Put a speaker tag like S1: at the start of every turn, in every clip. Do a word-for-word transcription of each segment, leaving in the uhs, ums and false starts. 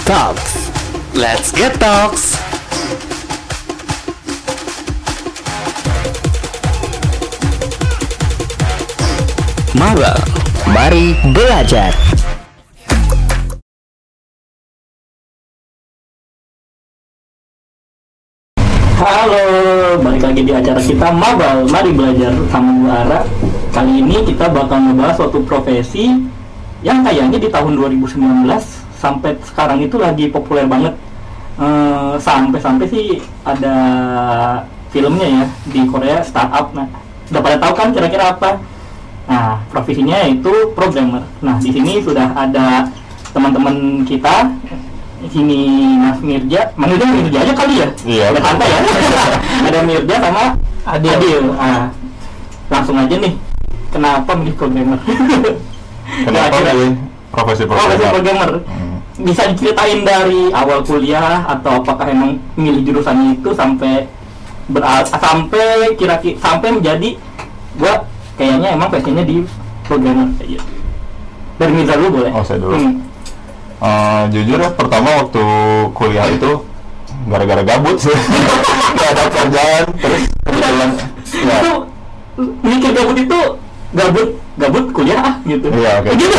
S1: Talks. Let's get talks. Maba, mari belajar.
S2: Halo, balik lagi di acara kita Mabal, mari belajar sama Bu Ara. Kali ini kita bakal ngebahas suatu profesi yang kayaknya di tahun dua ribu sembilan belas sampai sekarang itu lagi populer banget. Eee, sampai-sampai sih ada filmnya ya di Korea, startup. Nah, sudah pada tahu kan kira-kira apa? Nah, profesinya yaitu programmer. Nah, di sini sudah ada teman-teman kita. Di sini Mas Mirja, manggilnya Mirja aja kali ya?
S3: Iya.
S2: Udah santai ya. Ada Mirja sama Adil. Adil. Nah, langsung aja nih. Kenapa milih programmer?
S3: Kenapa
S2: Kira-kira
S3: milih profesi
S2: profesi
S3: programmer?
S2: programmer?
S3: Hmm.
S2: Bisa diceritain dari awal kuliah atau apakah emang milih jurusan itu sampai beral- sampai kira-kira sampai menjadi gua kayaknya emang passionnya di programmer kayak gitu. Dari Mirza dulu boleh?
S3: Oh, saya dulu.
S2: Hmm.
S3: Uh, jujur ya, pertama waktu kuliah itu gara-gara gabut sih. Gak ada kerjaan, terus kebetulan ya.
S2: Itu mikir gabut itu gabut gabut kuliah ah gitu.
S3: Iya, oke.
S2: Gitu.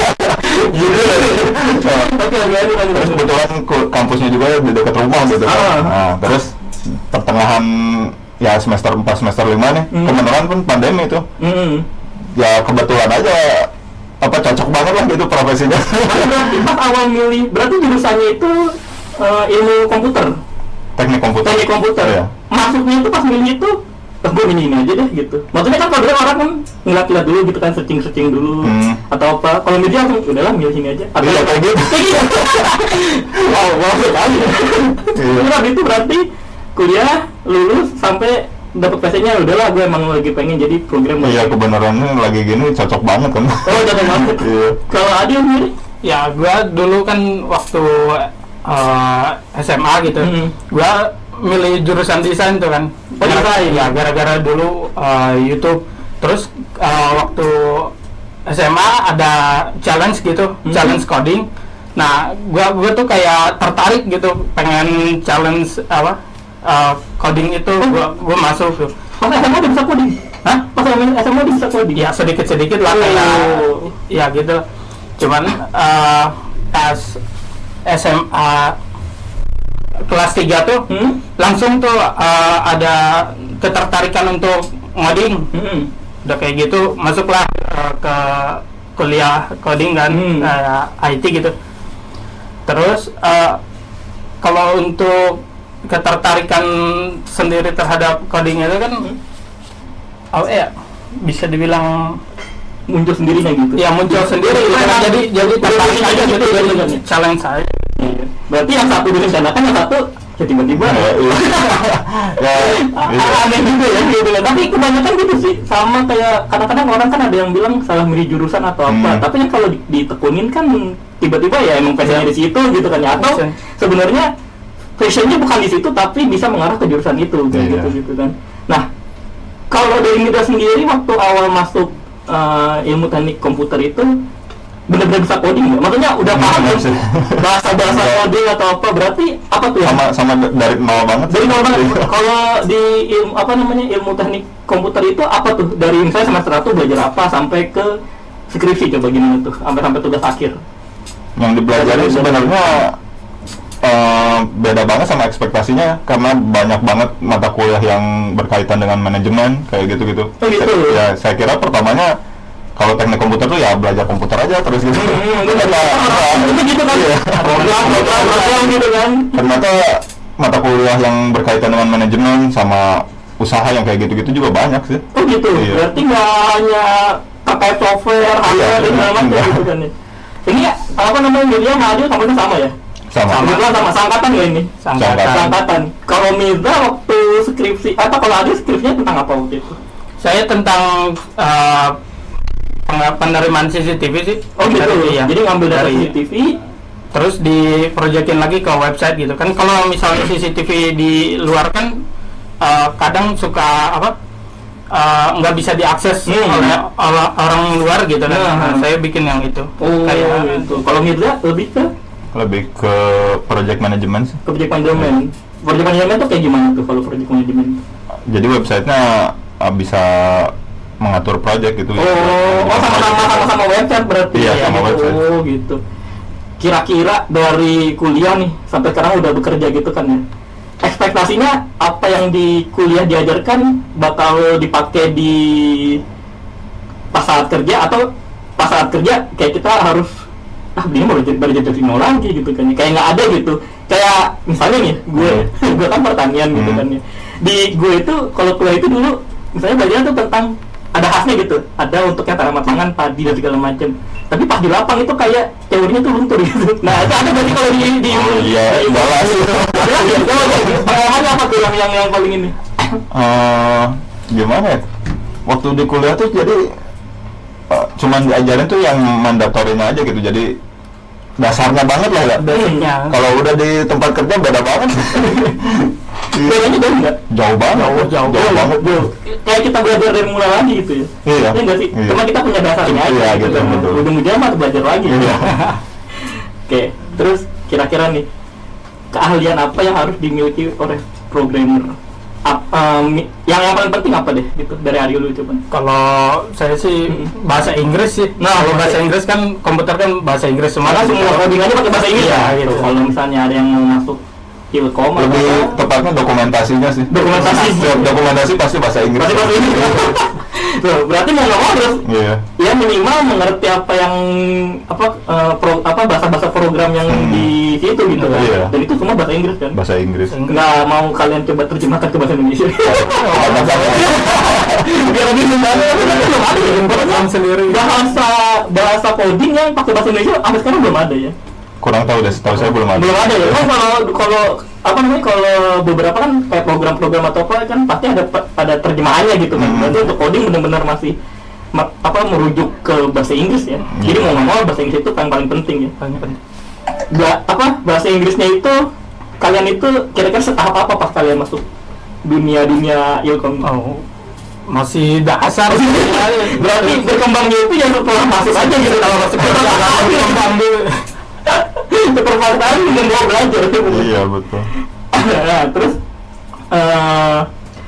S3: Jujur ya.
S2: Oke, oke, oke, oke.
S3: Terus kebetulan ku- kampusnya juga di dekat rumah gitu kan.
S2: Ah.
S3: Nah, terus pertengahan ya semester empat semester lima nih,
S2: Hmm.
S3: kebetulan pun pandemi itu.
S2: Hmm.
S3: Ya kebetulan aja apa cocok banget lah gitu profesinya.
S2: Berarti pas awal milih, berarti jurusannya itu eh, ilmu komputer,
S3: Teknik komputer.
S2: teknik komputer.
S3: Iya.
S2: Masuknya itu pas milih itu, oh, gue milih ini aja deh gitu. Maksudnya kan kalau dulu orang kan ngeliat-ngeliat dulu gitu kan, searching-searching dulu
S3: Hmm.
S2: atau apa. Kalau media langsung udahlah milih sini aja. Atau
S3: Iya, kayak gitu.
S2: Kayak gitu. Wow, wow sekali.
S3: Iya.
S2: Terus itu berarti kuliah lulus sampai dapat P C-nya udahlah gue emang lagi pengen jadi programmer.
S3: Iya, kebenarannya lagi gini cocok banget kan.
S2: Oh, jatuh banget.
S3: Iya.
S2: Kalau Adil sendiri?
S4: Ya, gua dulu kan waktu uh, S M A gitu,
S2: Hmm.
S4: gua milih jurusan desain tuh kan.
S2: Oh, desain.
S4: Ya, gara-gara dulu uh, YouTube. Terus uh, waktu S M A ada challenge gitu,
S2: Hmm.
S4: challenge coding. Nah, gua gua tuh kayak tertarik gitu, pengen challenge apa? Uh, coding itu gua gua masuk tuh.
S2: Pas S M A udah bisa coding?
S4: Hah?
S2: Pas S M A udah bisa coding?
S4: Ya sedikit-sedikit lah
S2: Oh.
S4: kayak ya gitu. Cuman uh, pas S M A kelas tiga tuh
S2: Hmm?
S4: langsung tuh uh, ada ketertarikan untuk ngoding.
S2: Hmm.
S4: Udah kayak gitu masuklah uh, ke kuliah coding dan
S2: Hmm.
S4: uh, I T gitu. Terus uh, kalau untuk ketertarikan sendiri terhadap coding itu kan apa ya, bisa dibilang
S2: Muncul sendirinya gitu?
S4: ya muncul sendiri gitu kan. jadi jadi tertarik aja gitu, jadi challenge saya.
S2: Iya. Berarti yang satu direncanakan, yang satu ya tiba-tiba
S3: Ya,
S2: ya.
S3: iya. Ya,
S2: A-
S3: iya.
S2: aneh juga ya gitu lah. Tapi kebanyakan gitu sih, sama kayak kadang-kadang orang kan ada yang bilang salah milih jurusan atau apa.
S3: Hmm.
S2: Tapi kan kalau di- ditekunin kan tiba-tiba ya emang passionnya di situ gitu kan ya. Atau
S4: Passion.
S2: sebenarnya passionnya bukan di situ tapi bisa mengarah ke jurusan itu kayak
S3: Iya.
S2: gitu gitu kan. Nah, kalau dari Mida sendiri waktu awal masuk eh, ilmu teknik komputer itu benar-benar bisa coding nggak? Maksudnya udah
S3: Nggak,
S2: paham
S3: nggak
S2: kan?
S3: bisa.
S2: bahasa-bahasa
S3: Nggak.
S2: coding atau apa? Berarti apa tuh? yang-
S3: sama sama d- dari nol banget.
S2: dari nol banget.
S3: Iya.
S2: Kalau di ilmu apa namanya ilmu teknik komputer itu apa tuh? Dari misalnya semester satu belajar apa sampai ke skripsi, coba gimana tuh? Sampai sampai tugas akhir.
S3: Yang dipelajari sebenarnya eh, beda banget sama ekspektasinya, karena banyak banget mata kuliah yang berkaitan dengan manajemen kayak gitu-gitu.
S2: Oh, gitu.
S3: Saya- ya saya kira pertamanya kalau teknik komputer tuh ya belajar komputer aja terus gitu.
S2: Hmm,
S3: Ternyata
S2: itu gitu kan?
S3: Iya.
S2: Program, program, program gitu kan?
S3: ternyata mata kuliah yang berkaitan dengan manajemen sama usaha yang kayak gitu-gitu juga banyak sih.
S2: Oh gitu.
S3: Iya.
S2: Berarti nggak hanya terkait software, hardware, dan segala macam
S3: Iya.
S2: gitu kan ya? Ini ya, apa namanya Mirza sama Adil kampusnya sama ya?
S3: Sama.
S2: Kebetulan sama sangkatan ya ini?
S4: Sangkatan.
S2: Sangkatan. Kalau Mirza waktu skripsi, apa kalau Adil skripsinya tentang apa waktu itu?
S4: Saya tentang uh, peng- penerimaan C C T V sih.
S2: Oh gitu.
S4: Dari- iya.
S2: Jadi ngambil dari
S4: Dari-
S2: C C T V.
S4: terus diprojekin lagi ke website gitu kan. Kalau misalnya C C T V di luar kan uh, kadang suka apa uh, nggak bisa diakses
S2: Hmm.
S4: oleh orang, orang luar gitu kan.
S2: Nah,
S4: Nah,
S2: hmm.
S4: saya bikin yang itu.
S2: Oh,
S4: kayak
S2: gitu. Kalau Mirza lebih ke
S3: Lebih ke project management sih.
S2: Ke project management. Project management tuh kayak gimana tuh kalau project management?
S3: Jadi websitenya uh, bisa mengatur project gitu.
S2: Oh, oh sama-sama sama-sama website berarti.
S3: Iya,
S2: ya,
S3: sama
S2: gitu.
S3: website.
S2: Oh, gitu. Kira-kira dari kuliah nih sampai sekarang udah bekerja gitu kan ya. Ekspektasinya apa yang di kuliah diajarkan bakal dipakai di pas saat kerja atau pas saat kerja kayak kita harus ah dia baru jadi baru jadi nol lagi gitu kan ya. Kayak nggak ada gitu. Kayak misalnya nih gue gue kan pertanian gitu
S3: Hmm.
S2: kan ya. Di gue itu kalau kuliah itu dulu misalnya belajar tuh tentang ada khasnya gitu, ada untuk yang tanaman pangan, padi dan segala macam. Tapi pas di lapang itu kayak teorinya tuh luntur gitu. Nah itu ada berarti kalau di di
S3: Oh, iya,
S2: di-
S3: balas.
S2: Ada ya, pengalamannya apa tuh yang yang yang paling ini?
S3: Eh, gimana ya? Waktu di kuliah tuh jadi uh, cuman diajarin tuh yang mandatorinya aja gitu. Jadi dasarnya banget lah ya.
S4: Basicnya.
S3: Kalau udah di tempat kerja beda banget.
S2: Bedanya jauh nggak?
S3: Jauh banget.
S4: Jauh, jauh.
S3: jauh banget.
S2: Jauh. Kayak kita belajar dari mulai lagi gitu ya.
S3: Iya.
S2: Iya nggak sih?
S3: Iya.
S2: Cuma kita punya dasarnya aja
S3: Iya,
S2: gitu.
S3: gitu,
S2: kan.
S3: betul.
S2: Ujung-ujungnya mah belajar lagi.
S3: Iya.
S2: Oke, terus kira-kira nih keahlian apa yang harus dimiliki oleh programmer? Ap- em, yang yang paling penting apa deh gitu dari Aryo dulu coba.
S4: Kalau saya sih
S2: Mm-mm.
S4: bahasa Inggris sih.
S2: Nah,
S4: kalau bahasa
S2: bahasa-
S4: Inggris kan komputer kan bahasa Inggris semua.
S2: Karena semua codingannya pakai bahasa Inggris
S4: Iya,
S2: ya
S4: gitu.
S2: Kalau misalnya ada yang mau masuk Ilkom atau
S3: Lebih
S2: apa,
S3: tepatnya dokumentasinya sih.
S2: Dokumentasi.
S3: Setiap dokumentasi pasti bahasa Inggris.
S2: pasti bahasa Inggris. Tuh, berarti mau nggak mau harus
S3: Iya.
S2: ya minimal mengerti apa yang apa eh, pro, apa bahasa-bahasa program yang
S3: Hmm.
S2: di situ gitu kan.
S3: Iya.
S2: Dan itu semua bahasa Inggris kan.
S3: Bahasa Inggris.
S2: Nggak mau kalian coba terjemahkan ke bahasa Indonesia.
S3: Sama-sama.
S2: Biar lebih mudah. Belum ada ya
S4: Program sendiri.
S2: bahasa bahasa coding yang pakai bahasa Indonesia sampai sekarang belum ada ya.
S3: Kurang tahu deh, setahu saya belum ada.
S2: Belum ada ya. Kan kalau kalau apa namanya kalau beberapa kan kayak program-program atau apa kan pasti ada ada terjemahannya gitu kan.
S3: Hmm.
S2: Berarti untuk coding benar-benar masih ma- apa merujuk ke bahasa Inggris ya. Jadi
S3: Iya.
S2: mau nggak mau bahasa Inggris itu yang paling penting ya.
S4: Paling penting.
S2: Ba- apa bahasa Inggrisnya itu kalian itu kira-kira setahap apa pas kalian masuk dunia-dunia Ilkom?
S4: Oh, masih dasar sih.
S2: Berarti berkembangnya itu ya setelah masuk aja gitu kalau masuk
S4: Berkembang dulu.
S2: keperfaktaan dengan mau belajar
S3: Iya, betul.
S2: nah, terus eh,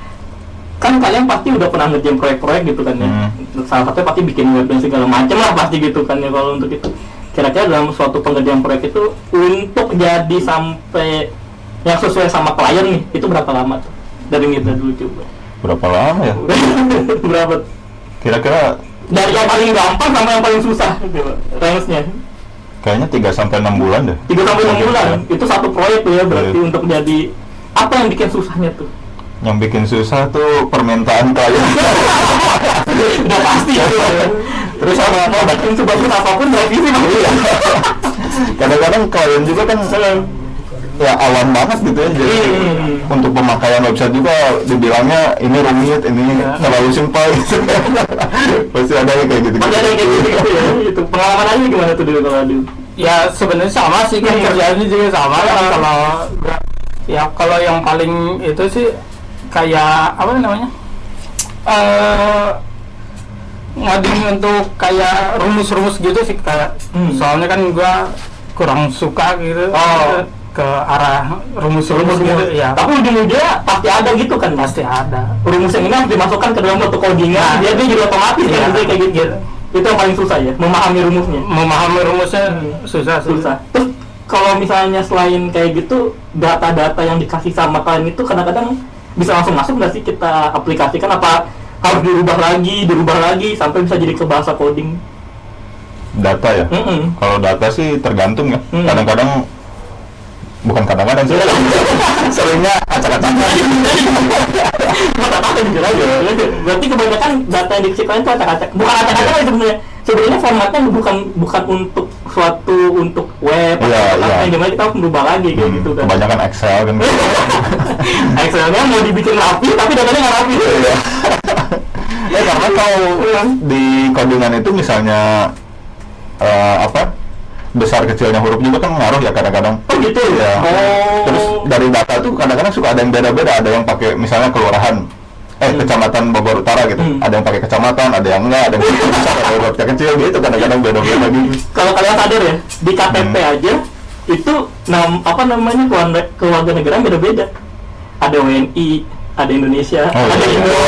S2: kan kalian pasti udah pernah ngerjain proyek-proyek gitu kan ya.
S3: Hmm.
S2: Salah satunya pasti bikin web dan segala macam lah pasti gitu kan ya kalau untuk itu. Kira-kira dalam suatu pengerjaan proyek itu untuk jadi sampai yang sesuai sama klien nih itu berapa lama tuh? Dari kita dulu coba.
S3: Berapa lama ya?
S2: Berapa?
S3: Kira-kira
S2: Dari yang paling gampang sampai yang paling susah gitu, range-nya.
S3: kayaknya tiga sampai enam bulan deh.
S2: tiga sampai enam bulan. Itu satu proyek tuh ya berarti
S3: Iya.
S2: untuk jadi apa yang bikin susahnya tuh?
S3: Yang bikin susah tuh permintaan klien.
S2: Udah pasti ya. Terus sama mau bikin sebagus apapun revisi bang.
S3: Kadang-kadang klien juga kan ya awam banget gitu ya. Jadi
S2: Hmm.
S3: untuk pemakaian website juga dibilangnya ini rumit, ini terlalu simpel gitu. Pasti ada yang kayak gitu.
S2: Masih ada yang kayak gitu gitu ya. Itu pengalaman aja gimana tuh dulu kalau dulu?
S4: Ya sebenarnya sama sih kan
S2: Hmm.
S4: kerjaannya juga sama kan
S2: Ah.
S4: kalau ya kalau yang paling itu sih kayak apa namanya eh ngoding untuk kayak rumus-rumus gitu sih kayak
S2: Hmm.
S4: soalnya kan gua kurang suka gitu
S2: Oh.
S4: ke arah rumus-rumus gitu ya
S2: Tapi ujung-ujungnya pasti ada gitu kan mas.
S4: pasti ada.
S2: Rumus yang ini harus dimasukkan ke dalam satu codingan.
S4: Nah,
S2: Dia dia jadi otomatis
S4: iya.
S2: kan jadi kayak gitu. Itu yang paling susah ya, memahami rumusnya.
S4: Memahami rumusnya
S2: Hmm.
S4: susah sih.
S2: Susah. Terus kalau misalnya selain kayak gitu, data-data yang dikasih sama kalian itu kadang-kadang bisa langsung masuk nggak sih kita aplikasikan apa harus dirubah lagi, dirubah lagi sampai bisa jadi ke bahasa coding?
S3: Data ya.
S2: Mm-mm.
S3: Kalau data sih tergantung ya.
S2: Hmm.
S3: Kadang-kadang bukan kadang-kadang sih. Seringnya acak-acakan.
S2: Mata apa jujur aja. Berarti kebanyakan data yang dikasih kalian itu acak-acak. Bukan acak-acak
S3: Iya.
S2: sebenarnya. Sebenarnya formatnya bukan bukan untuk suatu untuk web atau
S3: Iya,
S2: apa
S3: iya.
S2: yang dimana kita harus merubah lagi kayak
S3: Hmm,
S2: gitu kan.
S3: Kebanyakan Excel kan.
S2: Excelnya mau dibikin rapi tapi datanya nggak rapi.
S3: Iya. Ya karena kalau di codingan itu misalnya eh, apa besar kecilnya huruf juga kan ngaruh ya kadang-kadang.
S2: Oh gitu
S3: Ya.
S2: Oh.
S3: Terus dari data tuh kadang-kadang suka ada yang beda-beda. Ada yang pakai misalnya kelurahan, eh
S2: Hmm.
S3: kecamatan Bogor Utara gitu.
S2: Hmm.
S3: Ada yang pakai kecamatan, ada yang enggak, ada yang besar, ada yang kecil gitu. Kadang-kadang beda-beda gitu.
S2: Kalau kalian sadar ya, di K T P
S3: Hmm.
S2: aja itu nam apa namanya keluarga, keluarga negara beda-beda. Ada W N I, ada Indonesia,
S3: Oh,
S2: ada
S3: iya.
S2: Indo.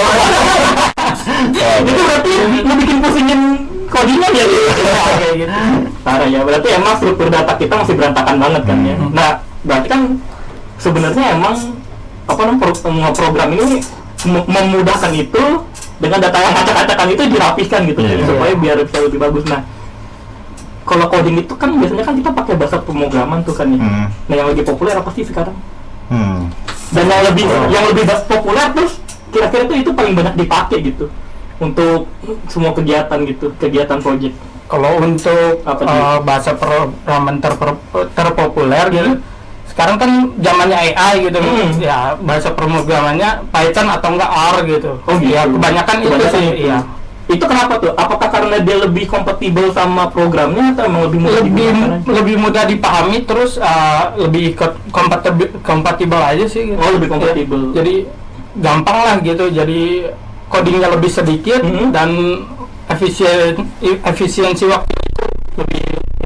S2: Itu berarti mau bikin pusingin codingan ya gitu. Kayak gitu. Parah ya, berarti emang struktur data kita masih berantakan banget kan ya. Nah, berarti kan sebenarnya emang apa namanya pro- program ini mem- memudahkan itu dengan data yang acak-acakan itu dirapihkan gitu
S3: Iya.
S2: supaya biar bisa lebih bagus. Nah, kalau coding itu kan biasanya kan kita pakai bahasa pemrograman tuh kan ya.
S3: Hmm.
S2: Nah, yang lagi populer apa sih sekarang?
S3: Hmm.
S2: Dan yang lebih yang lebih populer terus kira-kira tuh itu paling banyak dipakai gitu untuk semua kegiatan gitu, kegiatan project.
S4: Kalau untuk
S2: Apa
S4: uh, bahasa programan terper- terpopuler gitu, sekarang kan zamannya A I gitu,
S2: Hmm.
S4: ya bahasa pemrogramannya Python atau enggak R gitu.
S2: Oh gitu.
S4: Ya kebanyakan, itu
S2: Kebanyakan
S4: sih,
S2: itu.
S4: iya.
S2: Itu kenapa tuh? Apakah karena dia lebih kompatibel sama programnya atau emang lebih mudah
S4: Lebih
S2: digunakan aja?
S4: lebih mudah dipahami, terus uh, lebih ke- kompatibel kompatibel aja sih. Gitu.
S2: Oh, lebih kompatibel.
S4: Ya, jadi gampang lah gitu. Jadi codingnya lebih sedikit
S2: Mhm.
S4: dan efisien efisiensi waktu itu lebih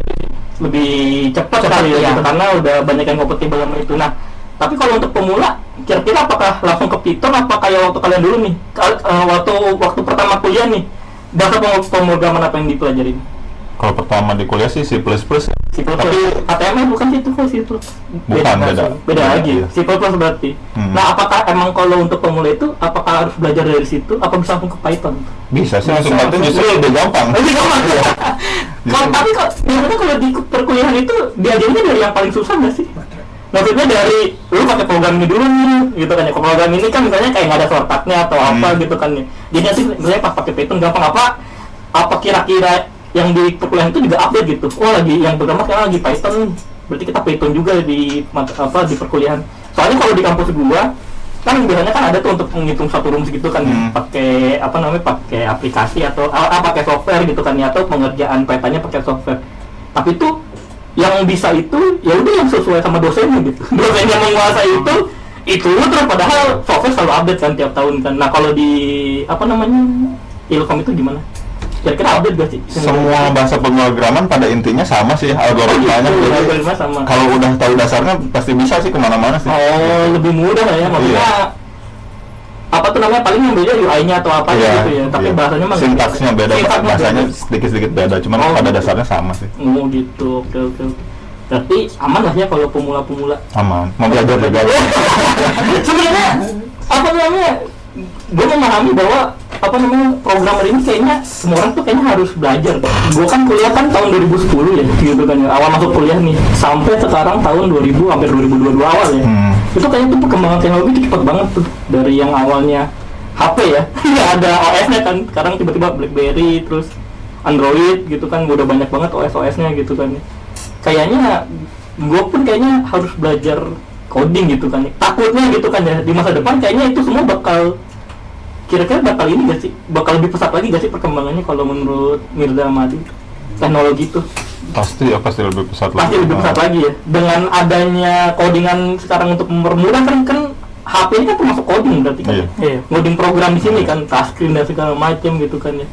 S2: lebih cepat
S4: Cepat,
S2: kali ya,
S4: iya.
S2: gitu, karena udah banyak yang kompatibel sama itu. Nah, tapi kalau untuk pemula, kira-kira apakah langsung ke Python apa kayak waktu kalian dulu nih? Kal- eh, waktu waktu pertama kuliah nih, bahasa pem- pemrograman apa yang dipelajarin?
S3: Kalau pertama di kuliah sih C plus plus.
S2: C plus plus.
S3: Tapi
S2: H T M L bukan sih itu kok C plus.
S3: bukan beda.
S2: Beda lagi.
S3: Iya.
S2: C plus plus berarti.
S3: Hmm.
S2: Nah, apakah emang kalau untuk pemula itu apakah harus belajar dari situ? Apa bisa langsung ke Python?
S3: Bisa sih,
S4: Bisa.
S3: langsung Python justru lebih gampang.
S2: Lebih gampang. Kalau
S3: Justru-
S2: tapi kok biasanya kalau di perkuliahan itu diajarinnya dari yang paling susah nggak sih? Maksudnya dari lu pakai program ini dulu nih, gitu kan ya. Kalau program ini kan misalnya kayak nggak ada shortcutnya atau apa
S3: Hmm.
S2: gitu kan ya. Jadi nanti misalnya pas pakai Python gampang apa? Apa kira-kira yang di perkuliahan itu juga update gitu? Oh lagi yang pertama sekarang lagi Python, berarti kita Python juga di mat- apa di perkuliahan. Soalnya kalau di kampus gua kan biasanya kan ada tuh untuk menghitung satu rumus gitu kan ya.
S3: Hmm.
S2: Pakai apa namanya pakai aplikasi atau ah, ah, pakai software gitu kan ya, atau pengerjaan petanya pakai software. Tapi itu yang bisa itu ya udah yang sesuai sama dosennya gitu. Dosen yang menguasai itu itu terus padahal software selalu update kan tiap tahun kan. Nah kalau di apa namanya Ilkom itu gimana? Kira-kira update gak sih?
S3: Semua bahasa pemrograman pada intinya sama sih algoritmanya.
S2: Oh, gitu,
S3: Jadi
S2: algoritma sama.
S3: kalau udah tahu dasarnya pasti bisa sih kemana-mana sih.
S2: Oh lebih mudah lah ya maksudnya.
S3: Iya.
S2: Apa tuh namanya paling yang beda U I-nya atau apa
S3: Iya,
S2: gitu ya. Tapi
S3: iya.
S2: bahasanya mah
S3: sintaksnya beda,
S2: Sintaksnya
S3: bahasanya
S2: beda.
S3: sedikit-sedikit beda, cuman
S2: Oh,
S3: pada
S2: gitu.
S3: dasarnya sama sih.
S2: Oh gitu, oke oke oke. Berarti aman lah ya kalau pemula-pemula.
S3: Aman. Mau belajar juga.
S2: Sebenarnya apa namanya? Gue memahami bahwa apa namanya programmer ini kayaknya semua orang tuh kayaknya harus belajar. Gue kan kuliah kan tahun dua ribu sepuluh ya, gitu kan ya. Awal masuk kuliah nih, sampai sekarang tahun dua ribu hampir dua ribu dua puluh dua awal ya.
S3: Hmm.
S2: Itu kayaknya tuh perkembangan teknologi tuh cepet banget tuh dari yang awalnya H P ya, nggak ada O S-nya kan. Sekarang tiba-tiba BlackBerry, terus Android gitu kan, udah banyak banget O S-O S-nya gitu kan. Kayaknya gue pun kayaknya harus belajar coding gitu kan. Takutnya gitu kan ya, di masa depan kayaknya itu semua bakal kira-kira bakal ini gak sih? Bakal lebih pesat lagi gak sih perkembangannya kalau menurut Mirza Madi? Teknologi itu
S3: Pasti ya pasti lebih pesat lagi.
S2: pasti lebih pesat lagi ya. Dengan adanya codingan sekarang untuk mempermudah kan kan H P ini kan termasuk coding berarti kan.
S3: Iya.
S2: ya?
S4: Iya.
S2: Ngoding program di sini kan, touchscreen dan segala macam gitu kan ya.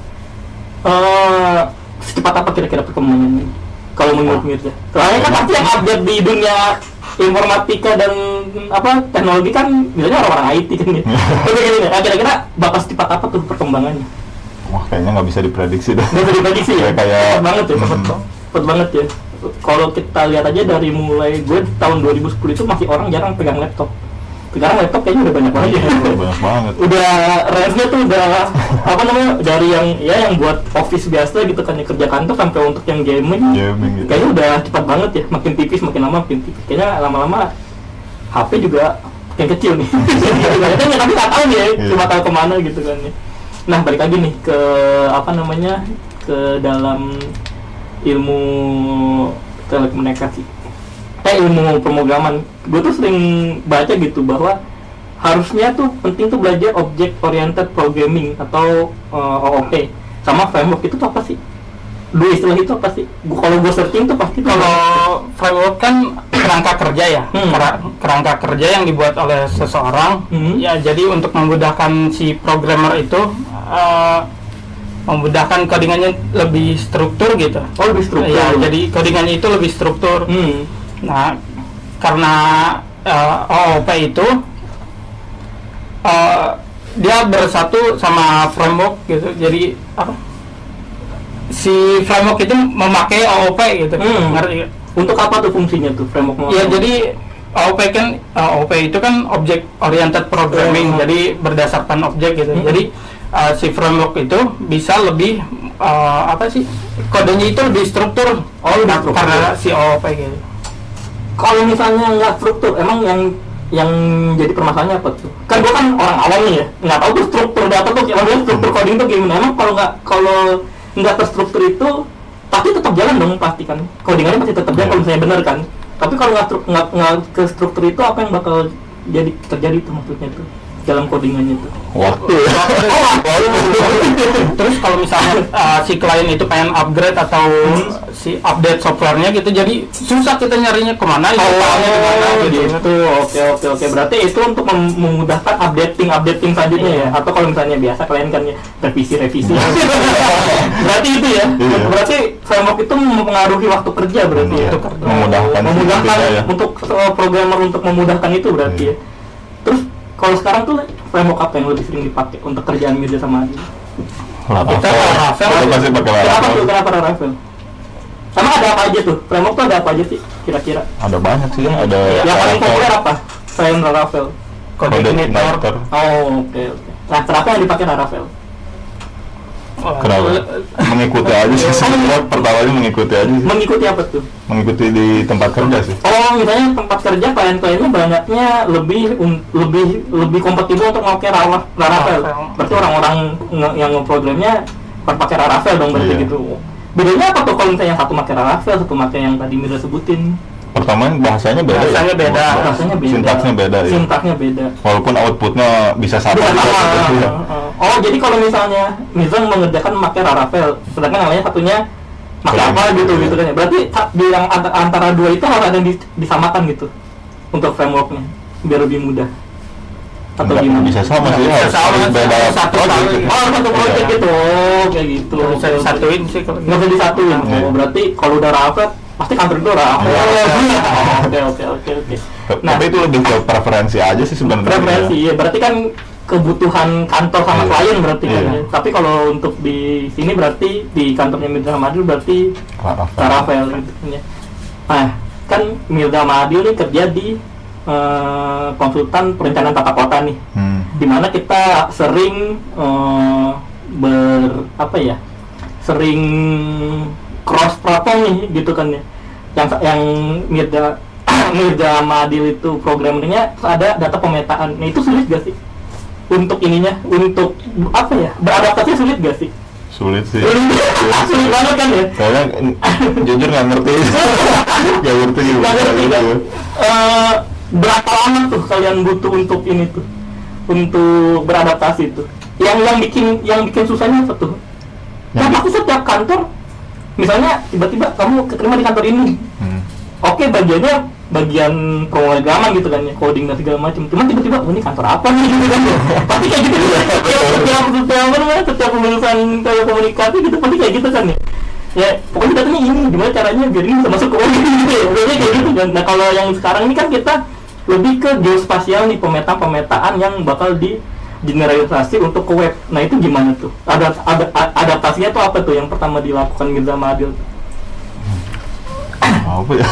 S2: Eh, secepat apa kira-kira perkembangannya? Kalau menurut Mirza? Soalnya kan pasti yang update di dunia informatika dan apa teknologi kan biasanya orang-orang I T kan ya. Tapi gini, nah, kira-kira bakal secepat apa tuh perkembangannya?
S3: Wah kayaknya nggak bisa diprediksi dah.
S2: Nggak bisa diprediksi ya?
S3: Kayak- kayak-
S2: Cepet banget ya, cepet,
S3: Mhm.
S2: cepet banget ya. Kalau kita lihat aja dari mulai gue tahun dua ribu sepuluh itu masih orang jarang pegang laptop. Sekarang laptop kayaknya udah banyak banget ya.
S3: Iya, banyak banget.
S2: Udah range-nya tuh udah apa namanya dari yang ya yang buat office biasa gitu kan ya, kerja kantor sampai untuk yang gaming.
S3: Gaming gitu.
S2: Kayaknya udah cepat banget ya, makin tipis makin lama makin tipis. Kayaknya lama-lama H P juga makin kecil nih. Kayaknya tapi nggak tahu nih ya,
S3: Iya.
S2: cuma tahu kemana gitu kan ya. Nah balik lagi nih ke apa namanya ke dalam ilmu telekomunikasi. Eh ilmu pemrograman. Gue tuh sering baca gitu bahwa harusnya tuh penting tuh belajar object oriented programming atau uh, O O P sama framework itu tuh apa sih? Dua istilah itu apa sih? Gua, kalau gue searching tuh pasti tuh
S4: Kalau framework kan kerangka kerja ya,
S2: Hmm.
S4: Kera- kerangka kerja yang dibuat oleh seseorang.
S2: Hmm.
S4: Ya, jadi untuk memudahkan si programmer itu eh, memudahkan codingannya lebih struktur gitu.
S2: oh lebih struktur.
S4: Ya, jadi codingannya itu lebih struktur.
S2: hmm.
S4: Nah, karena uh, O O P itu uh, dia bersatu sama framework gitu. Jadi apa? Si framework itu memakai O O P gitu.
S2: Hmm.
S4: Ngerti?
S2: Untuk apa tuh fungsinya tuh framework?
S4: Ya, jadi O O P kan uh, O O P itu kan object oriented programming.
S2: Hmm.
S4: Jadi berdasarkan objek gitu.
S2: Hmm.
S4: Jadi uh, si framework itu bisa lebih uh, apa sih? Kodenya itu lebih struktur.
S2: Oh, lebih struktur.
S4: Karena si O O P gitu.
S2: Kalau misalnya nggak struktur, emang yang yang jadi permasalahannya apa tuh? Kan gua kan orang awam nih ya, nggak tahu tuh struktur data tuh gimana, struktur coding tuh gimana. Emang kalau nggak kalau nggak terstruktur itu pasti tetap jalan dong, pasti kan codingannya pasti tetap jalan kalau misalnya benar kan. Tapi kalau nggak stru- nggak nggak ke struktur itu, apa yang bakal jadi terjadi tuh maksudnya tuh dalam codingannya tuh?
S3: Waktu.
S4: Terus kalau misalnya uh, si klien itu pengen upgrade atau si update softwarenya gitu, jadi susah kita nyarinya kemana, itu filenya di mana
S2: Oh,
S4: gitu.
S2: gitu. Oke oke oke. Berarti itu untuk mem- memudahkan updating updating selanjutnya ya. Atau kalau misalnya biasa kalian kan ya revisi revisi. Berarti itu ya.
S3: Iya.
S2: Berarti framework itu mempengaruhi waktu kerja berarti ya.
S3: Iya, memudahkan sih
S2: memudahkan
S3: kita ya.
S2: untuk uh, programmer untuk memudahkan itu berarti ya. Terus kalau sekarang tuh framework apa yang lebih sering dipakai untuk kerjaan Mirza sama Adi?
S4: Kita Laravel.
S3: Kita pasti pakai
S2: Kenapa
S3: Laravel.
S2: tuh? Kenapa Laravel? Sama ada apa aja tuh? Framework tuh ada apa aja sih kira-kira?
S3: Ada banyak sih, ada
S2: Yang paling
S3: Laravel,
S2: populer apa? Selain Laravel.
S4: Code
S3: Code
S4: Igniter.
S3: Igniter.
S2: Oh, oke oke. Nah, kenapa yang dipakai Laravel?
S4: Wah,
S3: Kenapa? Mengikuti aja sih sebenarnya, pertamanya mengikuti aja sih.
S2: Mengikuti apa tuh?
S3: Mengikuti di tempat kerja sih.
S2: Oh, misalnya tempat kerja klien-kliennya banyaknya lebih un- lebih lebih kompatibel untuk memakai Laravel. Laravel.
S4: Laravel.
S2: Berarti orang-orang nge- yang nge-programnya pakai Laravel dong berarti
S3: Iya.
S2: gitu. Bedanya apa tuh kalau misalnya yang satu pakai Laravel, satu pakai yang tadi Mirza sebutin?
S3: Pertama bahasanya beda
S4: Bahasanya
S3: ya.
S4: beda.
S2: Rasanya beda.
S3: Sintaksnya beda ya.
S2: Sintaksnya beda.
S3: Walaupun outputnya bisa sama
S2: Bisa
S3: juga.
S2: sama.
S3: gitu ya.
S2: Oh, jadi kalau misalnya Mirza mengerjakan memakai Laravel, sedangkan yang lainnya satunya pakai
S3: Coding.
S2: apa gitu gitu kan ya. Berarti ta- di yang ant- antara dua itu harus ada yang dis- disamakan gitu untuk frameworknya biar lebih mudah. Atau
S3: Nggak
S2: gimana?
S3: bisa sama sih,
S4: Bisa
S3: harus
S4: sama,
S3: harus beda
S4: satu
S3: project
S4: kali.
S3: gitu.
S2: Oh, satu project
S3: Iya.
S2: gitu. Oh, kayak gitu.
S4: Nggak bisa disatuin sih kalau
S2: Nggak bisa disatuin.
S3: Iya.
S2: Oh, berarti kalau udah Laravel pasti kantor itu Laravel.
S3: Iya.
S2: Oke oke oke oke. Nah,
S3: Tapi itu lebih ke preferensi aja sih sebenarnya.
S2: preferensi ya. Berarti kan kebutuhan kantor sama
S3: Iya.
S2: klien berarti kan.
S3: Iya.
S2: Ya. Tapi kalau untuk di sini berarti di kantornya Mirza Madil berarti
S3: Laravel.
S2: Laravel gitu kan ya. Nah, kan Mirza Madil nih kerja di eh, konsultan perencanaan tata kota nih.
S3: Hmm.
S2: Dimana kita sering eh, ber apa ya? Sering cross platform nih gitu kan ya. Yang yang Mirza Mirza Madil itu programmernya ada data pemetaan. Nah, itu sulit gak sih? Untuk ininya, untuk apa ya? Beradaptasi sulit gak sih?
S3: Sulit sih.
S2: Sulit banget kan ya?
S3: Soalnya n- jujur nggak ngerti. Nggak ngerti juga.
S2: Nggak ngerti kan?
S3: Gitu.
S2: Eh, berapa lama tuh kalian butuh untuk ini tuh? Untuk beradaptasi tuh? Yang yang bikin yang bikin susahnya apa tuh? Kan
S3: Yang-
S2: aku setiap kantor, misalnya tiba-tiba kamu keterima di kantor ini,
S3: Hmm.
S2: oke bagiannya bagian pemrograman gitu kan ya, coding dan segala macam. Cuman tiba-tiba oh, ini kantor apa nih gitu kan ya. Pasti kayak gitu. Setiap setiap setiap apa namanya, setiap lulusan telekomunikasi gitu pasti kayak gitu kan ya. Ya pokoknya datanya ini gimana caranya biar ini bisa masuk ke coding gitu ya. Biasanya kayak gitu kan. Nah kalau yang sekarang ini kan kita lebih ke geospasial nih, pemetaan-pemetaan yang bakal di generalisasi untuk ke web. Nah itu gimana tuh? Ada ada adaptasinya tuh apa tuh yang pertama dilakukan Mirza Madil?
S3: Apa ya?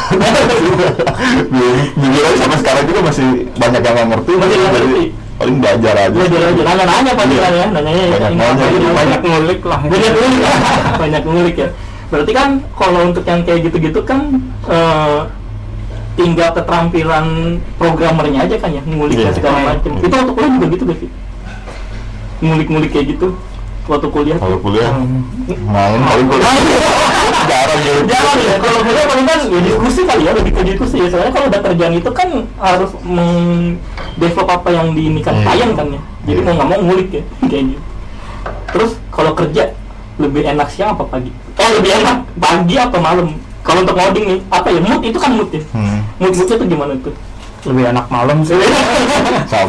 S3: Jujur aja sampai sekarang juga masih banyak yang nggak ngerti.
S2: Masih nggak
S3: Jadi
S2: ngerti.
S3: paling belajar aja.
S2: Belajar aja, nanya-nanya pasti
S3: Iya.
S2: kan ya, nanyanya
S3: Banyak
S2: ini
S3: nanya,
S2: apa, ini apa.
S4: banyak ngulik lah.
S2: banyak ngulik ya. banyak ngulik ya. Berarti kan kalau untuk yang kayak gitu-gitu kan eh, tinggal keterampilan programmernya aja kan ya, ngulik
S3: Iya.
S2: dan segala macam.
S3: Iya.
S2: Itu waktu kuliah juga gitu gak sih? Ngulik-ngulik kayak gitu waktu kuliah.
S3: Kalau kuliah main paling kuliah jarang gitu.
S2: Jangan ya, kalau kuliah paling kan ya diskusi kali ya, lebih ke diskusi ya. Soalnya kalau udah kerjaan itu kan harus meng-develop apa yang diinikan
S3: Iya.
S2: klien kan ya. Jadi
S3: Iya.
S2: mau nggak mau ngulik ya, kayak gitu. Terus kalau kerja lebih enak siang apa pagi? Eh lebih enak pagi atau malam? Kalau untuk ngoding nih, apa ya, mood itu kan mood ya.
S3: Hmm.
S2: Mood moodnya tuh gimana tuh?
S4: Lebih enak malam sih.
S3: Sama.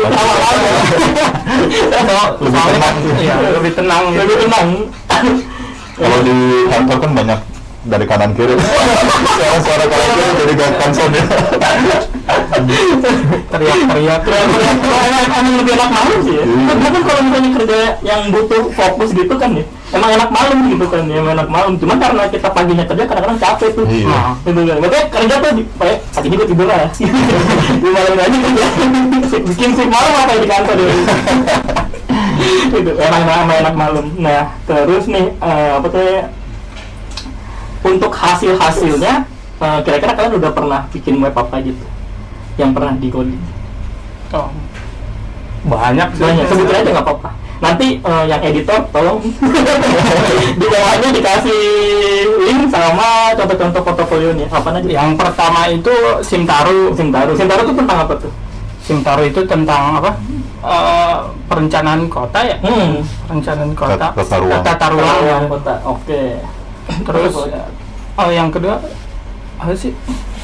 S3: Lebih tenang sih.
S4: Iya, lebih tenang.
S2: Lebih tenang.
S3: Kalau di kantor kan banyak dari kanan kiri. Suara-suara kanan kiri jadi gak konsen ya.
S4: Teriak-teriak.
S2: Teriak-teriak emang lebih enak malam sih ya. Karena kan kalau misalnya kerja yang butuh fokus gitu kan ya, emang enak malam gitu kan ya, emang enak malam. Cuma karena kita paginya kerja kadang-kadang capek tuh.
S3: Iya.
S2: Nah, gitu kan. Makanya kerja tuh di kayak paginya gue tidur lah. Di malam aja kerja. Bikin shift malam apa ya di kantor ya. Itu emang emang enak malam. Nah, terus nih eh, apa tuh ya, untuk hasil-hasilnya eh, kira-kira kalian udah pernah bikin web apa gitu yang pernah di coding?
S4: Oh. Banyak sih.
S2: Banyak, sebutin aja nggak apa-apa. Nanti uh, yang editor tolong di bawahnya dikasih link sama contoh-contoh portofolionya. Apa aja?
S4: Yang pertama itu Simtaru.
S2: Simtaru. Simtaru itu tentang apa tuh?
S4: Simtaru itu tentang apa? Eh, perencanaan kota ya.
S2: Hmm.
S4: Perencanaan kota.
S3: Tata- tata ruang.
S4: Tata ruang.
S2: Tata
S4: ya.
S2: ruang kota. Oke.
S4: Terus oh yang kedua apa sih?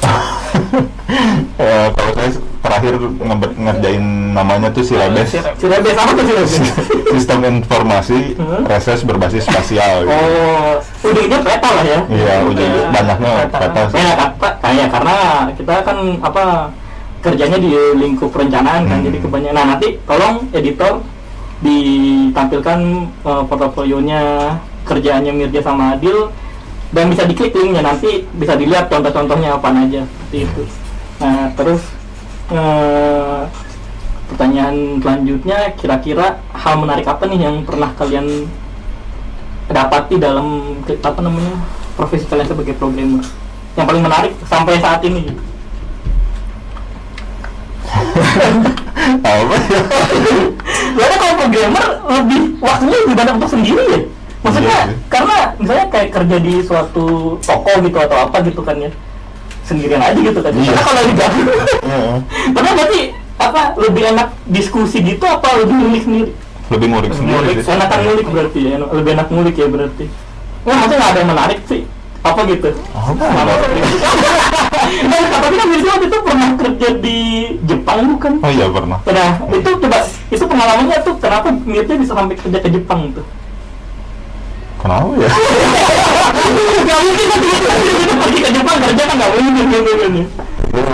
S3: Eh, kalau saya terakhir nge- ngerjain namanya tuh Silabes.
S2: Silabes apa tuh Silabes?
S3: Sistem informasi
S2: Hmm?
S3: reses berbasis spasial. Gitu.
S2: Oh, ujungnya peta lah ya.
S3: Iya, ujung
S4: Iya.
S3: banyaknya
S4: Peta.
S3: peta sih.
S2: Ya, kata, kayak karena kita kan apa kerjanya di lingkup perencanaan kan,
S3: Hmm.
S2: jadi kebanyakan. Nah nanti tolong editor ditampilkan uh, portofolionya kerjaannya Mirja sama Adil dan bisa diklik linknya, nanti bisa dilihat contoh-contohnya apa aja seperti itu. Nah terus uh, pertanyaan selanjutnya, kira-kira hal menarik apa nih yang pernah kalian dapati dalam apa namanya profesi kalian sebagai programmer yang paling menarik sampai saat ini gitu?
S3: Apa ya?
S2: Soalnya kalau programmer lebih waktunya lebih banyak untuk sendiri ya. Maksudnya
S3: Iya sih.
S2: karena misalnya kayak kerja di suatu toko gitu atau apa gitu kan ya, sendirian aja gitu kan.
S3: Iya.
S2: Karena kalau digabung,
S3: Heeh.
S2: karena berarti apa lebih enak diskusi gitu apa lebih ngulik sendiri?
S3: Lebih ngulik sendiri
S2: Ngulik,
S3: sih.
S2: enakan ngulik berarti ya, lebih enak ngulik ya berarti. Wah maksudnya nggak ada yang menarik sih, apa gitu?
S3: Apa?
S2: Nah, tapi kan Mirza waktu itu pernah kerja di Jepang bukan?
S3: Oh iya pernah.
S2: Nah, itu coba, itu pengalamannya tuh kenapa Mirza bisa sampai kerja ke Jepang tuh?
S3: Kenapa ya?
S2: Gak mungkin kan tiba-tiba pergi ke Jepang kerja kan gak mungkin gitu kan ya.
S3: Itu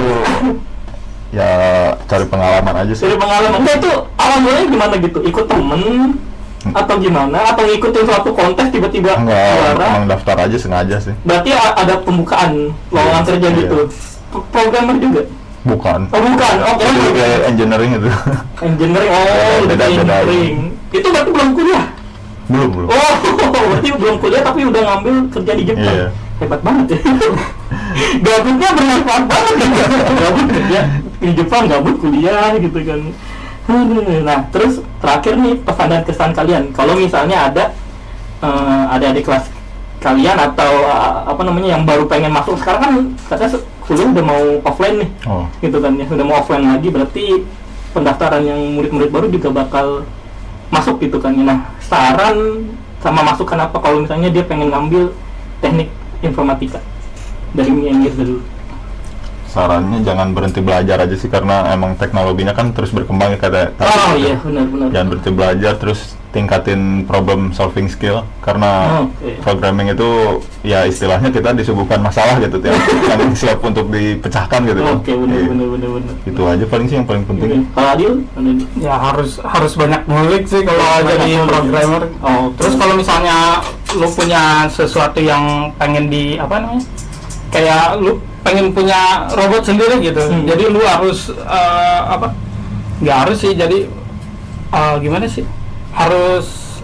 S3: ya cari pengalaman aja sih.
S2: Dari pengalaman, enggak itu awal mulanya gimana gitu? Ikut temen? Atau gimana? Atau ngikutin suatu kontes tiba-tiba
S3: Enggak,
S2: juara?
S3: emang daftar aja sengaja sih.
S2: Berarti a- ada pembukaan lowongan
S3: Iya,
S2: kerja
S3: iya.
S2: gitu? P- Programmer juga?
S3: Bukan.
S2: Oh bukan, oke
S3: Jadi kayak engineering itu.
S2: engineering, oh
S3: Beda-
S2: udah
S3: beda-
S2: engineering. Itu berarti belum kuliah?
S3: belum belum.
S2: Oh, berarti belum kuliah tapi udah ngambil kerja di Jepang.
S3: Iya.
S2: Hebat banget ya. Gabutnya bermanfaat banget ya. Gabut kerja di Jepang, gabut kuliah gitu kan. Aduh, nah, terus terakhir nih pesan dan kesan kalian. Kalau misalnya ada eh, adik-adik kelas kalian atau eh, apa namanya yang baru pengen masuk, sekarang kan katanya se- kuliah udah mau offline nih.
S3: Oh.
S2: Gitu kan ya, udah mau offline lagi, berarti pendaftaran yang murid-murid baru juga bakal masuk gitu kan ya. Nah, saran sama masukan apa kalau misalnya dia pengen ngambil teknik informatika dari Mirza dulu?
S3: Sarannya jangan berhenti belajar aja sih, karena emang teknologinya kan terus berkembang ya kata.
S2: Oh iya, benar-benar.
S3: Jangan berhenti belajar, terus tingkatin problem solving skill, karena
S2: Oke.
S3: programming itu ya istilahnya kita disuguhkan masalah gitu yang, yang siap untuk dipecahkan gitu kan.
S2: Oke, benar
S3: Iya.
S2: benar benar benar.
S3: Itu aja paling sih yang paling penting.
S2: Kalau Adil, Adil?
S4: Ya harus harus banyak ngulik sih kalau
S2: Banyak
S4: jadi
S2: ngulik.
S4: programmer.
S2: Oh,
S4: Terus kalau misalnya lu punya sesuatu yang pengen di apa namanya? Kayak lu pengen punya robot sendiri gitu.
S2: Hmm.
S4: Jadi lu harus eh, apa? Nggak harus sih. Jadi eh, gimana sih? Harus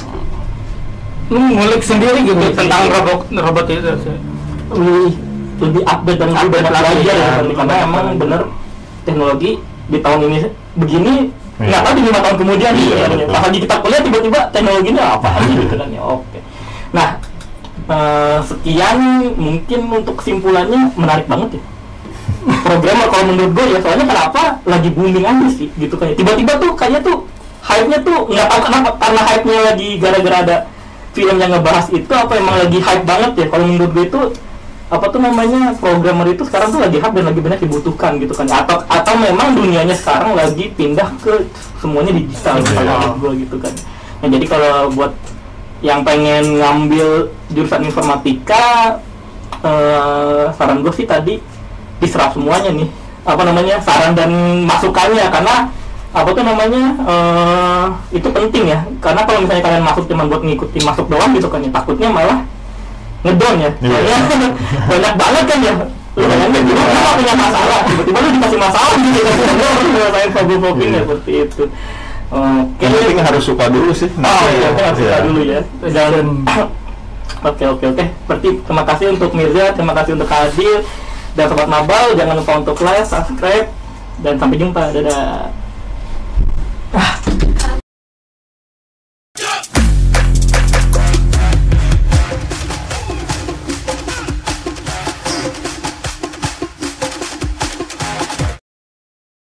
S4: lu ngulik sendiri gitu
S2: Ngulik
S4: tentang
S2: sendiri.
S4: robot robot itu sih.
S2: lebih lebih update dan lebih
S4: Update
S2: banyak
S4: lagi,
S2: belajar
S4: ya.
S2: ya, kan? Karena
S4: Banyak
S2: emang
S4: lagi.
S2: bener teknologi di tahun ini begini
S3: Iya.
S2: nggak tahu di lima tahun kemudian
S3: Iya,
S2: gitu kan ya.
S3: betul.
S2: Pas lagi kita kuliah tiba-tiba teknologinya apa aja gitu kan ya. Oke, nah eh, sekian mungkin untuk kesimpulannya menarik banget ya programmer kalau menurut gue ya, soalnya kenapa lagi booming aja sih gitu kan ya. Tiba-tiba tuh kayaknya tuh hype-nya tuh nggak tahu kenapa, karena hype-nya lagi gara-gara ada film yang ngebahas itu apa emang lagi hype banget ya. Kalau menurut gue itu apa tuh namanya programmer itu sekarang tuh lagi hype dan lagi banyak dibutuhkan gitu kan, atau atau memang dunianya sekarang lagi pindah ke semuanya digital gitu
S3: Iya.
S2: menurut gue gitu kan. Nah jadi kalau buat yang pengen ngambil jurusan informatika eh, saran gue sih tadi diserap semuanya nih, apa namanya, saran dan masukannya, karena apa tuh namanya, eh, itu penting ya, karena kalau misalnya kalian masuk cuma buat ngikutin masuk doang gitu kan ya, takutnya malah ngedon ya.
S3: Iya.
S2: Soalnya banyak banget kan ya, lu bayangin dulu lu gak punya masalah, tiba-tiba lu dikasih masalah gitu kan, lu ngerasain problem-problem
S3: Iya.
S2: seperti itu. Oke.
S3: Yang penting harus suka dulu sih.
S2: Oh iya, harus suka
S3: Iya.
S2: dulu ya. Dan oke oke oke. Berarti terima kasih untuk Mirza, terima kasih untuk Kak Adil dan Sobat Mabal. Jangan lupa untuk like, subscribe, dan sampai jumpa. Dadah.